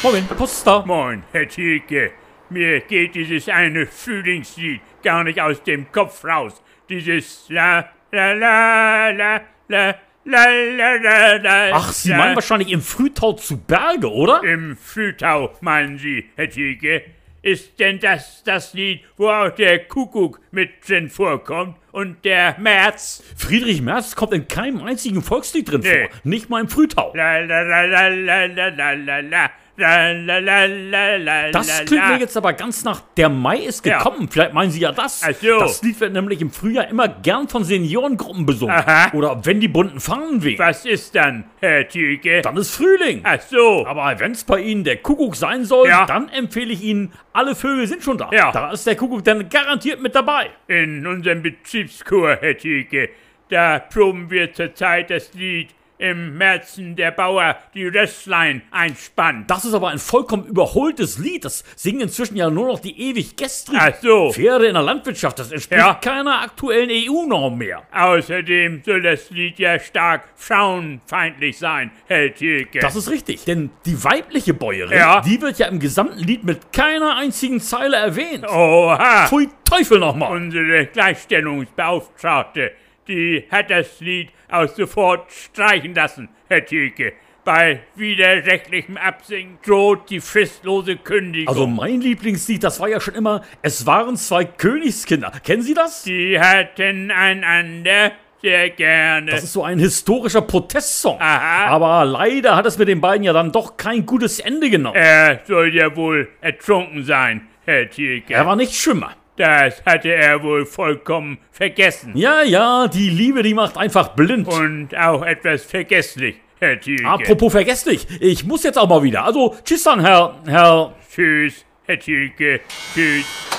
Moment, der Post ist da. Moin, Herr Thielke. Mir geht dieses eine Frühlingslied gar nicht aus dem Kopf raus. Dieses la la la la la la la la la. Ach, Sie meinen wahrscheinlich im Frühtau zu Berge, oder? Im Frühtau, meinen Sie, Herr Thielke? Ist denn das Lied, wo auch der Kuckuck mit drin vorkommt und der Merz? Friedrich Merz kommt in keinem einzigen Volkslied drin Nee. vor. Nicht mal im Frühtau. La la la la la la la la la. La, la, la, la, la, Das klingt mir jetzt aber ganz nach Der Mai ist gekommen. Ja. Vielleicht meinen Sie ja das. Ach so. Das Lied wird nämlich im Frühjahr immer gern von Seniorengruppen besungen. Aha. Oder wenn die bunten Fahnen wehen. Was ist dann, Herr Thielke? Dann ist Frühling. Ach so. Aber wenn es bei Ihnen der Kuckuck sein soll, Ja. dann empfehle ich Ihnen, alle Vögel sind schon da. Ja. Da ist der Kuckuck dann garantiert mit dabei. In unserem Betriebschor, Herr Thielke, da proben wir zurzeit das Lied Im Märzen der Bauer die Rösslein einspannt. Das ist aber ein vollkommen überholtes Lied. Das singen inzwischen ja nur noch die ewig gestrigen. Ach so. Pferde in der Landwirtschaft. Das entspricht Ja. keiner aktuellen EU-Norm mehr. Außerdem soll das Lied ja stark frauenfeindlich sein, Herr Thielke. Das ist richtig, denn die weibliche Bäuerin, Ja. die wird ja im gesamten Lied mit keiner einzigen Zeile erwähnt. Oha. Pfui Teufel nochmal. Unsere Gleichstellungsbeauftragte, die hat das Lied auch sofort streichen lassen, Herr Thielke. Bei widerrechtlichem Absingen droht die fristlose Kündigung. Also mein Lieblingslied, das war ja schon immer Es waren zwei Königskinder. Kennen Sie das? Die hatten einander sehr gerne. Das ist so ein historischer Protestsong. Aha. Aber leider hat es mit den beiden ja dann doch kein gutes Ende genommen. Er soll ja wohl ertrunken sein, Herr Thielke. Er war nicht Schwimmer. Das hatte er wohl vollkommen vergessen. Ja, die Liebe, die macht einfach blind. Und auch etwas vergesslich, Herr Thielke. Apropos vergesslich, ich muss jetzt auch mal wieder. Also, tschüss dann, Herr... Tschüss, Herr Thielke. Tschüss.